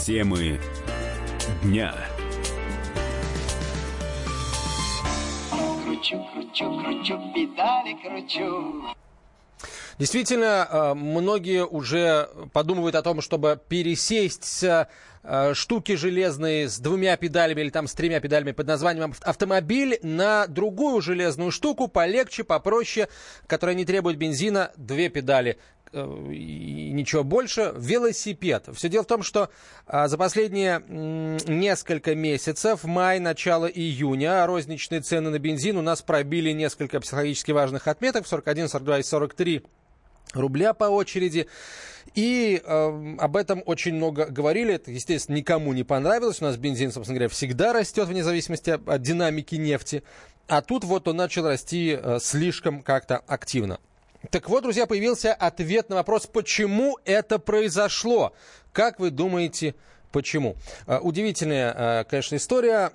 Темы дня. Кручу, педали кручу. Действительно, многие уже подумывают о том, чтобы пересесть с штуки железные с 2 педалями или там с 3 педалями под названием автомобиль на другую железную штуку, полегче, попроще, которая не требует бензина, 2 педали. И ничего больше. Велосипед. Все дело в том, что за последние несколько месяцев, май, начало июня, розничные цены на бензин у нас пробили несколько психологически важных отметок. 41, 42 и 43 рубля по очереди. И об этом очень много говорили. Это, естественно, никому не понравилось. У нас бензин, собственно говоря, всегда растет вне зависимости от динамики нефти. А тут вот он начал расти слишком как-то активно. Так вот, друзья, появился ответ на вопрос, почему это произошло. Как вы думаете, почему? Удивительная, конечно, история.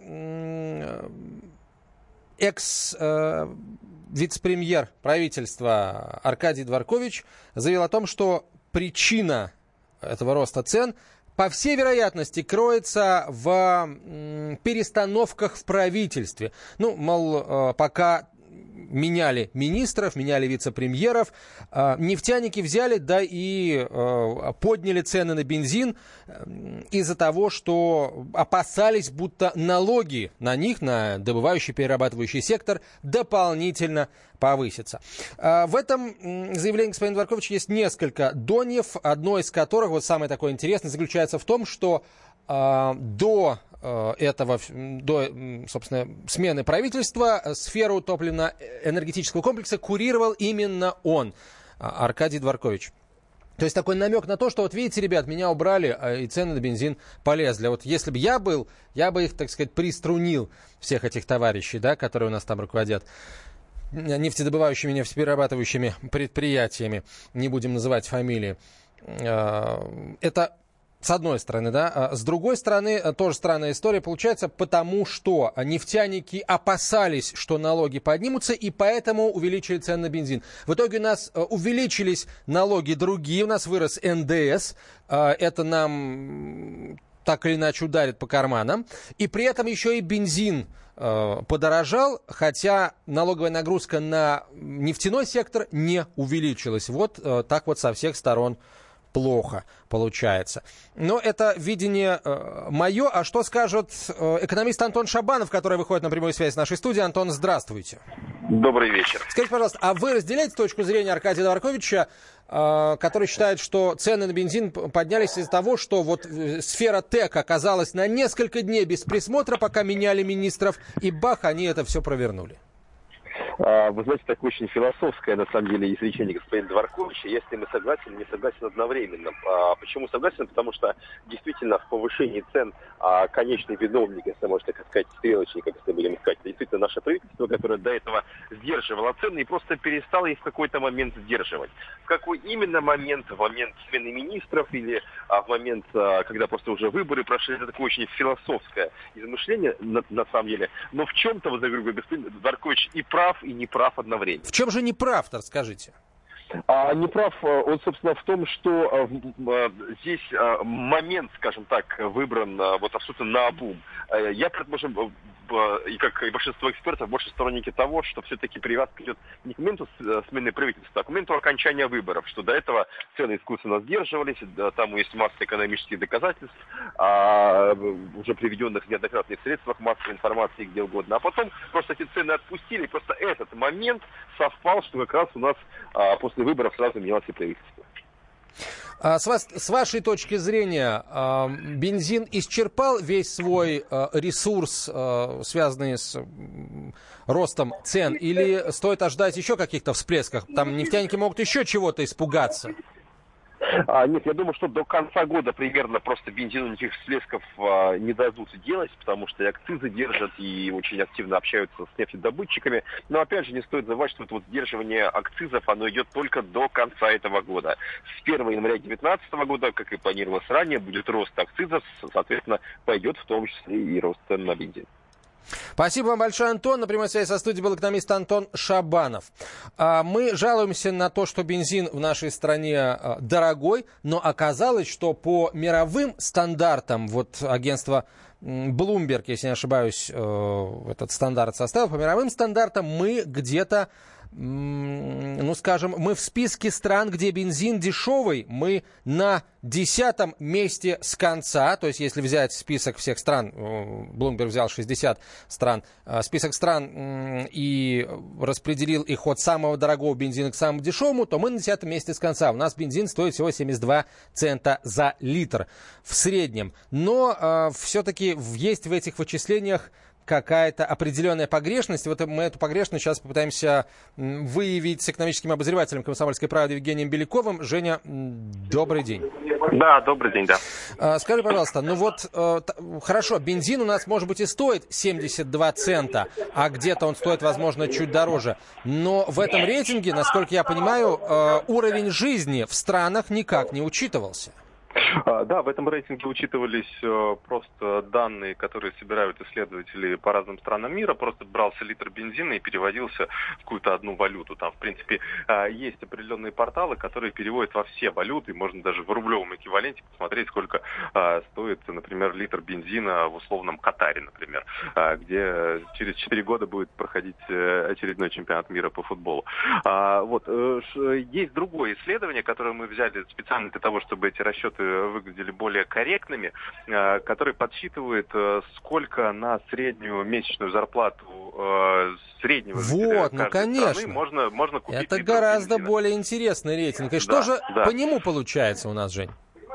Вице-премьер правительства Аркадий Дворкович заявил о том, что причина этого роста цен, по всей вероятности, кроется в перестановках в правительстве. Ну, мол, пока меняли министров, меняли вице-премьеров, нефтяники взяли, да и подняли цены на бензин из-за того, что опасались, будто налоги на них, на добывающий, перерабатывающий сектор, дополнительно повысятся. В этом заявлении господина Дворковича есть несколько доньев, одно из которых, вот самое такое интересное, заключается в том, что до собственно, смены правительства сферу топливно-энергетического комплекса курировал именно он, Аркадий Дворкович. То есть такой намек на то, что вот видите, ребят, меня убрали, и цены на бензин полезли. Вот если бы я был, я бы их, так сказать, приструнил, всех этих товарищей, да, которые у нас там руководят нефтедобывающими, нефтеперерабатывающими предприятиями. Не будем называть фамилии. Это с одной стороны, да. С другой стороны, тоже странная история получается, потому что нефтяники опасались, что налоги поднимутся, и поэтому увеличили цены на бензин. В итоге у нас увеличились налоги другие, у нас вырос НДС. Это нам так или иначе ударит по карманам. И при этом еще и бензин подорожал, хотя налоговая нагрузка на нефтяной сектор не увеличилась. Вот так вот со всех сторон плохо получается. Но это видение мое. А что скажет экономист Антон Шабанов, который выходит на прямую связь с нашей студией? Антон, здравствуйте. Добрый вечер. Скажите, пожалуйста, а вы разделяете точку зрения Аркадия Дворковича, который считает, что цены на бензин поднялись из-за того, что вот сфера ТЭК оказалась на несколько дней без присмотра, пока меняли министров, и бах, они это все провернули? Вы знаете, такое очень философское, на самом деле, изречение господина Дворковича. Я с ним и согласен, не согласен одновременно. Почему согласен? Потому что действительно в повышении цен конечный виновник, если можно так сказать, стрелочник, как это будем сказать, действительно наше правительство, которое до этого сдерживало цены и просто перестало их в какой-то момент сдерживать. В какой именно момент? В момент смены министров или в момент, когда просто уже выборы прошли? Это такое очень философское измышление, на самом деле. Но в чем-то, вот, я говорю, господин Дворкович и прав, и не прав одновременно. В чем же не прав-то, расскажите? Не прав он, собственно, в том, что здесь момент, скажем так, выбран вот абсолютно наобум. Я, предположим, и как и большинство экспертов, больше сторонники того, что все-таки привязка идет не к моменту смены правительства, а к моменту окончания выборов, что до этого цены искусственно сдерживались, там есть масса экономических доказательств, уже приведенных неоднократно в средствах массовой информации, где угодно. А потом просто эти цены отпустили, просто этот момент совпал, что как раз у нас после выборов сразу менялось и правительство. С вашей точки зрения, бензин исчерпал весь свой ресурс, связанный с ростом цен, или стоит ожидать еще каких-то всплесков? Там нефтяники могут еще чего-то испугаться. Нет, я думаю, что до конца года примерно просто бензину никаких всплесков не дадут делать, потому что и акцизы держат, и очень активно общаются с нефтедобытчиками. Но опять же, не стоит забывать, что это вот сдерживание акцизов, оно идет только до конца этого года. С 1 января 2019 года, как и планировалось ранее, будет рост акцизов, соответственно, пойдет в том числе и рост цен на бензин. Спасибо вам большое, Антон. На прямой связи со студией был экономист Антон Шабанов. Мы жалуемся на то, что бензин в нашей стране дорогой, но оказалось, что по мировым стандартам, вот агентство Bloomberg, если не ошибаюсь, этот стандарт составил, по мировым стандартам мы где-то, ну, скажем, мы в списке стран, где бензин дешевый, мы на 10-м месте с конца. То есть, если взять список всех стран, Bloomberg взял 60 стран, список стран и распределил их от самого дорогого бензина к самому дешевому, то мы на 10-м месте с конца. У нас бензин стоит всего 72 цента за литр в среднем. Но все-таки есть в этих вычислениях какая-то определенная погрешность. Вот мы эту погрешность сейчас попытаемся выявить с экономическим обозревателем «Комсомольской правды» Евгением Беляковым. Женя, добрый день. Да, добрый день, да. Скажи, пожалуйста, ну вот, хорошо, бензин у нас, может быть, и стоит 72 цента, а где-то он стоит, возможно, чуть дороже. Но в этом рейтинге, насколько я понимаю, уровень жизни в странах никак не учитывался. Да, в этом рейтинге учитывались просто данные, которые собирают исследователи по разным странам мира. Просто брался литр бензина и переводился в какую-то одну валюту. Там, в принципе, есть определенные порталы, которые переводят во все валюты. Можно даже в рублевом эквиваленте посмотреть, сколько стоит, например, литр бензина в условном Катаре, например, где через 4 года будет проходить очередной чемпионат мира по футболу. Вот. Есть другое исследование, которое мы взяли специально для того, чтобы эти расчеты выглядели более корректными, который подсчитывает, сколько на среднюю месячную зарплату среднего жителя каждой страны можно купить. Это гораздо более интересный рейтинг. И что же по нему получается у нас, Жень?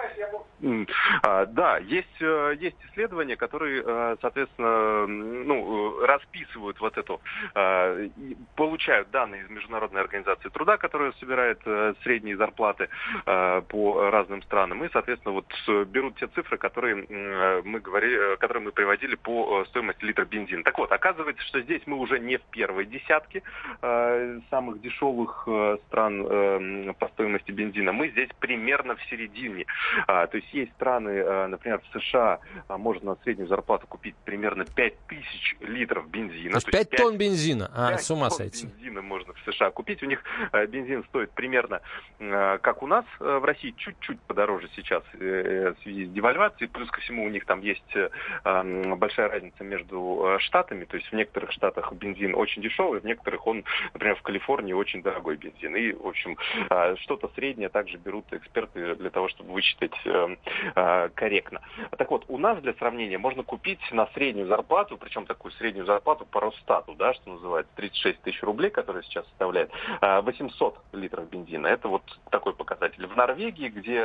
Да, есть исследования, которые, соответственно, расписывают вот эту, получают данные из Международной организации труда, которая собирает средние зарплаты по разным странам, и, соответственно, вот берут те цифры, которые мы приводили по стоимости литра бензина. Так вот, оказывается, что здесь мы уже не в первой десятке самых дешевых стран по стоимости бензина, мы здесь примерно в середине. То есть страны, например, в США можно на среднюю зарплату купить примерно 5000 литров бензина. То есть 5 тонн бензина? С ума сойти. 5 тонн бензина можно в США купить. У них бензин стоит примерно, как у нас в России, чуть-чуть подороже сейчас в связи с девальвацией. Плюс ко всему у них там есть большая разница между штатами. То есть в некоторых штатах бензин очень дешевый, в некоторых он, например, в Калифорнии очень дорогой бензин. И, в общем, что-то среднее также берут эксперты для того, чтобы высчитать корректно. Так вот, у нас для сравнения можно купить на среднюю зарплату, причем такую среднюю зарплату по Росстату, да, что называется, 36 тысяч рублей, которая сейчас составляет 800 литров бензина. Это вот такой показатель. В Норвегии, где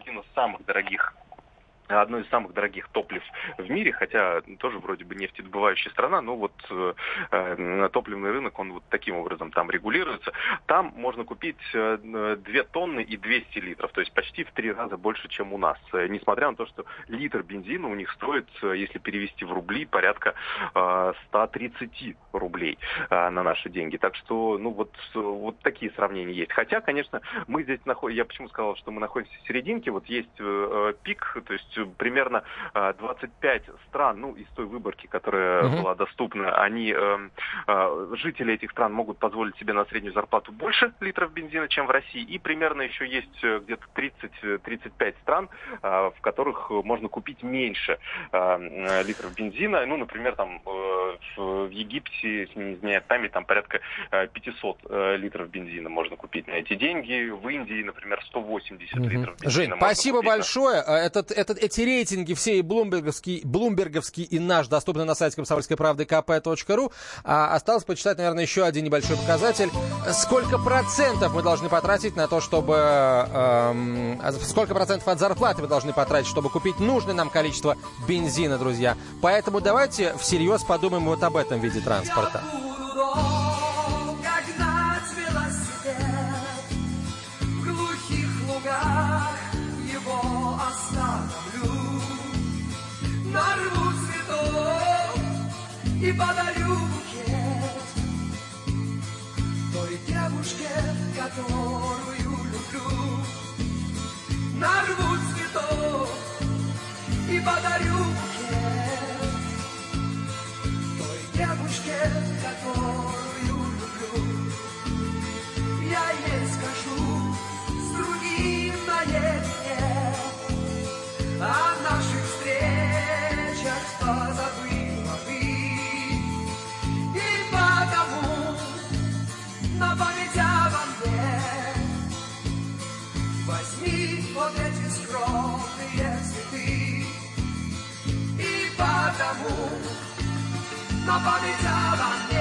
одно из самых дорогих топлив в мире, хотя тоже вроде бы нефтедобывающая страна, но вот топливный рынок, он вот таким образом там регулируется. Там можно купить 2 тонны и 200 литров, то есть почти в 3 раза больше, чем у нас. Несмотря на то, что литр бензина у них стоит, если перевести в рубли, порядка 130 рублей на наши деньги. Так что, вот такие сравнения есть. Хотя, конечно, мы здесь находимся, я почему сказал, что мы находимся в серединке, вот есть пик, то есть примерно 25 стран, из той выборки, которая была доступна, жители этих стран могут позволить себе на среднюю зарплату больше литров бензина, чем в России, и примерно еще есть где-то 30-35 стран, в которых можно купить меньше литров бензина. Например, там в Египте, если не изменяет память, там порядка 500 литров бензина можно купить на эти деньги. В Индии, например, 180 литров бензина. Жень, спасибо большое. Эти рейтинги все, и блумберговский, и наш, доступны на сайте комсомольской правды kp.ru. Осталось почитать, наверное, еще один небольшой показатель. Сколько процентов мы должны потратить на то, чтобы... сколько процентов от зарплаты мы должны потратить, чтобы купить нужное нам количество бензина, друзья. Поэтому давайте всерьез подумаем вот об этом виде транспорта. Нарву цветов и подарю букет той девушке, которую люблю. Нарву цветов и подарю букет той возьми вот эти скромные цветы. И потому на память обо мне